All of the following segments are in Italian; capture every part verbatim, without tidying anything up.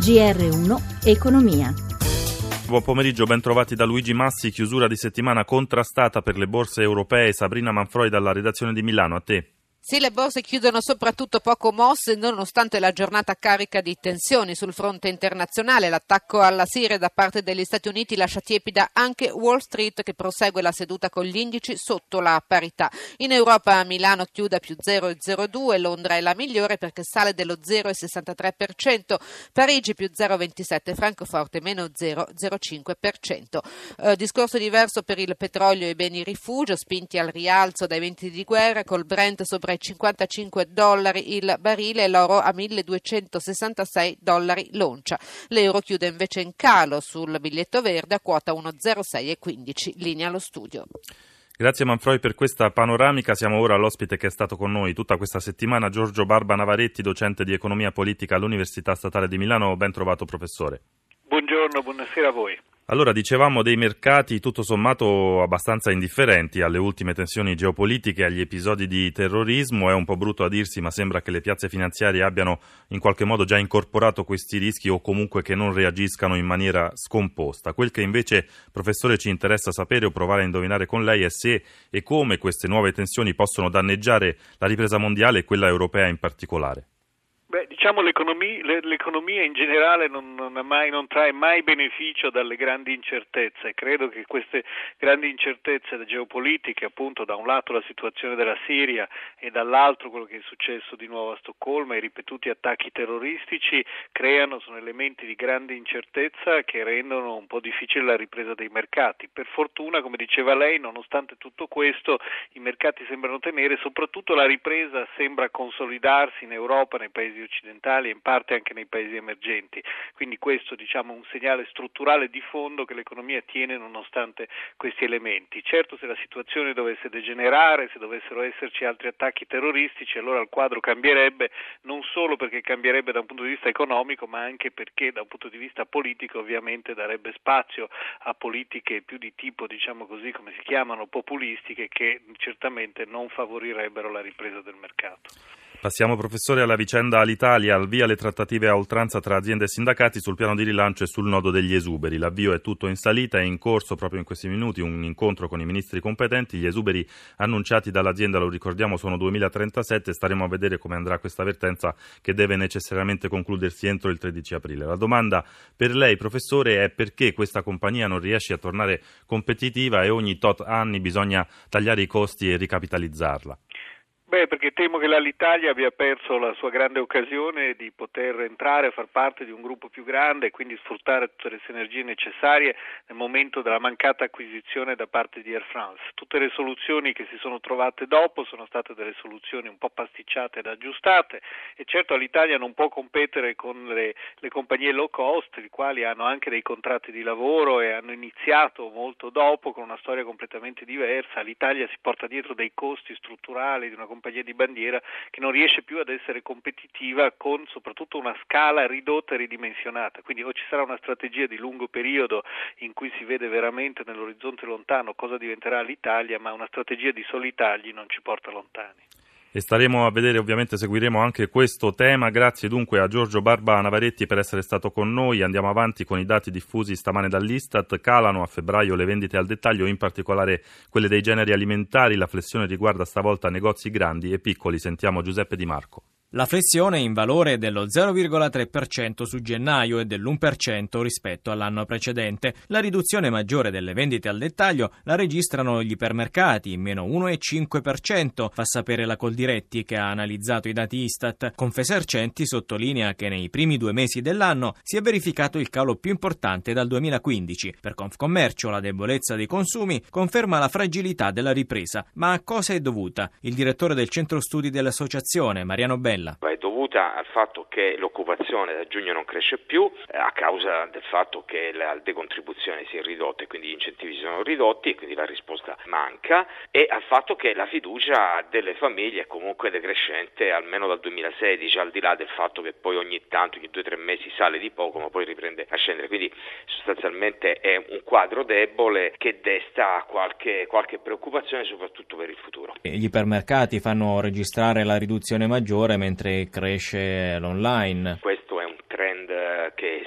G R uno Economia. Buon pomeriggio, ben trovati da Luigi Massi. Chiusura di settimana contrastata per le borse europee. Sabrina Manfroi dalla redazione di Milano, a te. Sì, le borse chiudono soprattutto poco mosse nonostante la giornata carica di tensioni sul fronte internazionale. L'attacco alla Siria da parte degli Stati Uniti lascia tiepida anche Wall Street, che prosegue la seduta con gli indici sotto la parità. In Europa Milano chiude a più zero virgola zero due, Londra è la migliore perché sale dello zero virgola sessantatré per cento, Parigi più zero virgola ventisette, Francoforte meno zero virgola zero cinque per cento. Eh, discorso diverso per il petrolio e i beni rifugio, spinti al rialzo dai venti di guerra, col Brent sopra i cinquantacinque dollari il barile e l'oro a milleduecentosessantasei dollari l'oncia. L'euro chiude invece in calo sul biglietto verde a quota uno virgola zero sei e quindici. Linea allo studio. Grazie Manfroi per questa panoramica. Siamo ora all'ospite che è stato con noi tutta questa settimana, Giorgio Barba Navaretti, docente di economia politica all'Università Statale di Milano. Ben trovato, professore. Buongiorno, buonasera a voi. Allora, dicevamo dei mercati tutto sommato abbastanza indifferenti alle ultime tensioni geopolitiche, agli episodi di terrorismo. È un po' brutto a dirsi, ma sembra che le piazze finanziarie abbiano in qualche modo già incorporato questi rischi o comunque che non reagiscano in maniera scomposta. Quel che invece, professore, ci interessa sapere o provare a indovinare con lei è se e come queste nuove tensioni possono danneggiare la ripresa mondiale e quella europea in particolare. Beh, diciamo l'economia, l'economia in generale non, non, ha mai, non trae mai beneficio dalle grandi incertezze. Credo che queste grandi incertezze geopolitiche, appunto da un lato la situazione della Siria e dall'altro quello che è successo di nuovo a Stoccolma, i ripetuti attacchi terroristici, creano, sono elementi di grande incertezza che rendono un po' difficile la ripresa dei mercati. Per fortuna, come diceva lei, nonostante tutto questo, i mercati sembrano tenere, soprattutto la ripresa sembra consolidarsi in Europa, nei paesi occidentali e in parte anche nei paesi emergenti, quindi questo diciamo un segnale strutturale di fondo che l'economia tiene nonostante questi elementi. Certo, se la situazione dovesse degenerare, se dovessero esserci altri attacchi terroristici, allora il quadro cambierebbe, non solo perché cambierebbe da un punto di vista economico, ma anche perché da un punto di vista politico ovviamente darebbe spazio a politiche più di tipo, diciamo così, come si chiamano, populistiche, che certamente non favorirebbero la ripresa del mercato. Passiamo, professore, alla vicenda Alitalia. Al via le trattative a oltranza tra aziende e sindacati sul piano di rilancio e sul nodo degli esuberi. L'avvio è tutto in salita, è in corso proprio in questi minuti un incontro con i ministri competenti. Gli esuberi annunciati dall'azienda, lo ricordiamo, sono duemilatrentasette. Staremo a vedere come andrà questa vertenza che deve necessariamente concludersi entro il tredici aprile. La domanda per lei, professore, è perché questa compagnia non riesce a tornare competitiva e ogni tot anni bisogna tagliare i costi e ricapitalizzarla? Beh, perché temo che l'Alitalia abbia perso la sua grande occasione di poter entrare a far parte di un gruppo più grande e quindi sfruttare tutte le sinergie necessarie nel momento della mancata acquisizione da parte di Air France. Tutte le soluzioni che si sono trovate dopo sono state delle soluzioni un po' pasticciate ed aggiustate e certo l'Italia non può competere con le, le compagnie low cost, le quali hanno anche dei contratti di lavoro e hanno iniziato molto dopo con una storia completamente diversa. L'Italia si porta dietro dei costi strutturali di una compagnia di bandiera che non riesce più ad essere competitiva con soprattutto una scala ridotta e ridimensionata, quindi o ci sarà una strategia di lungo periodo in cui si vede veramente nell'orizzonte lontano cosa diventerà l'Italia, ma una strategia di soli tagli non ci porta lontani. E staremo a vedere, ovviamente seguiremo anche questo tema. Grazie dunque a Giorgio Barba Navaretti per essere stato con noi. Andiamo avanti con i dati diffusi stamane dall'Istat. Calano a febbraio le vendite al dettaglio, in particolare quelle dei generi alimentari. La flessione riguarda stavolta negozi grandi e piccoli. Sentiamo Giuseppe Di Marco. La flessione in valore è dello zero virgola tre per cento su gennaio e dell'uno per cento rispetto all'anno precedente. La riduzione maggiore delle vendite al dettaglio la registrano gli ipermercati, meno uno virgola cinque per cento, fa sapere la Coldiretti che ha analizzato i dati Istat. Confesercenti sottolinea che nei primi due mesi dell'anno si è verificato il calo più importante dal duemilaquindici. Per Confcommercio la debolezza dei consumi conferma la fragilità della ripresa. Ma a cosa è dovuta? Il direttore del centro studi dell'associazione, Mariano Bella. È dovuta al fatto che l'occupazione da giugno non cresce più eh, a causa del fatto che la decontribuzione si è ridotta e quindi gli incentivi si sono ridotti e quindi la risposta manca, e al fatto che la fiducia delle famiglie è comunque decrescente almeno dal duemilasedici, al di là del fatto che poi ogni tanto, ogni due o tre mesi sale di poco ma poi riprende a scendere, quindi sostanzialmente è un quadro debole che desta qualche, qualche preoccupazione soprattutto per il futuro. Gli ipermercati fanno registrare la riduzione maggiore mentre cresce l'online. Questo è un trend che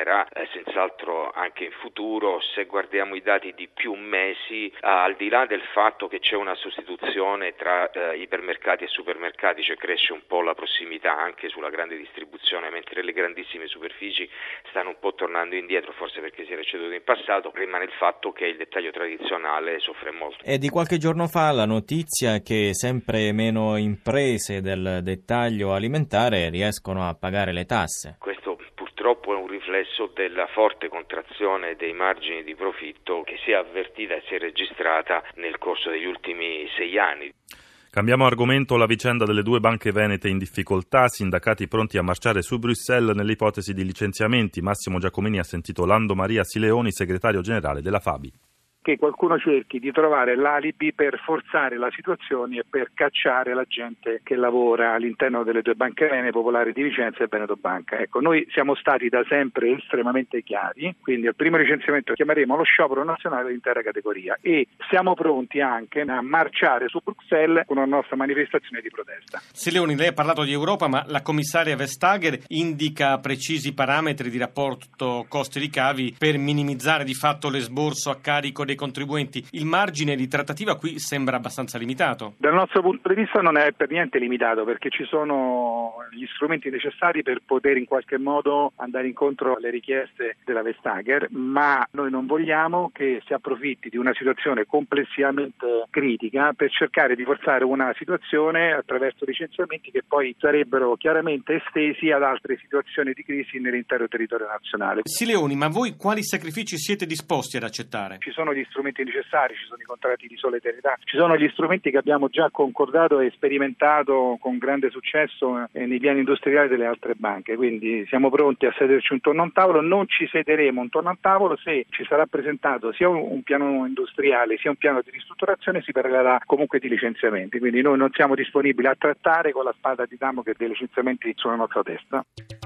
sarà eh, senz'altro anche in futuro. Se guardiamo i dati di più mesi, eh, al di là del fatto che c'è una sostituzione tra eh, ipermercati e supermercati, cioè cresce un po' la prossimità anche sulla grande distribuzione, mentre le grandissime superfici stanno un po' tornando indietro, forse perché si era ceduto in passato, rimane il fatto che il dettaglio tradizionale soffre molto. È di qualche giorno fa la notizia che sempre meno imprese del dettaglio alimentare riescono a pagare le tasse. Questo purtroppo è un riflesso della forte contrazione dei margini di profitto che si è avvertita e si è registrata nel corso degli ultimi sei anni. Cambiamo argomento, la vicenda delle due banche venete in difficoltà, sindacati pronti a marciare su Bruxelles nell'ipotesi di licenziamenti. Massimo Giacomini ha sentito Lando Maria Sileoni, segretario generale della Fabi. Che qualcuno cerchi di trovare l'alibi per forzare la situazione e per cacciare la gente che lavora all'interno delle due banche venete, Popolare di Vicenza e Veneto Banca. Ecco, noi siamo stati da sempre estremamente chiari, quindi al primo licenziamento chiameremo lo sciopero nazionale dell'intera categoria e siamo pronti anche a marciare su Bruxelles con una nostra manifestazione di protesta. Sileoni, lei ha parlato di Europa, ma la commissaria Vestager indica precisi parametri di rapporto costi-ricavi per minimizzare di fatto l'esborso a carico dei contribuenti. Il margine di trattativa qui sembra abbastanza limitato. Dal nostro punto di vista non è per niente limitato, perché ci sono gli strumenti necessari per poter in qualche modo andare incontro alle richieste della Vestager, ma noi non vogliamo che si approfitti di una situazione complessivamente critica per cercare di forzare una situazione attraverso licenziamenti che poi sarebbero chiaramente estesi ad altre situazioni di crisi nell'intero territorio nazionale. Sileoni, ma voi quali sacrifici siete disposti ad accettare? Ci sono gli strumenti necessari, ci sono i contratti di solidarietà, ci sono gli strumenti che abbiamo già concordato e sperimentato con grande successo nei piani industriali delle altre banche, quindi siamo pronti a sederci intorno a un tavolo. Non ci sederemo intorno a un tavolo se ci sarà presentato sia un piano industriale sia un piano di ristrutturazione, si parlerà comunque di licenziamenti, quindi noi non siamo disponibili a trattare con la spada di Damocle dei licenziamenti sulla nostra testa.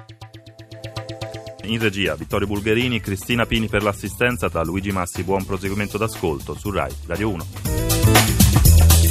In regia Vittorio Bulgherini, Cristina Pini per l'assistenza, da Luigi Massi buon proseguimento d'ascolto su Rai Radio uno.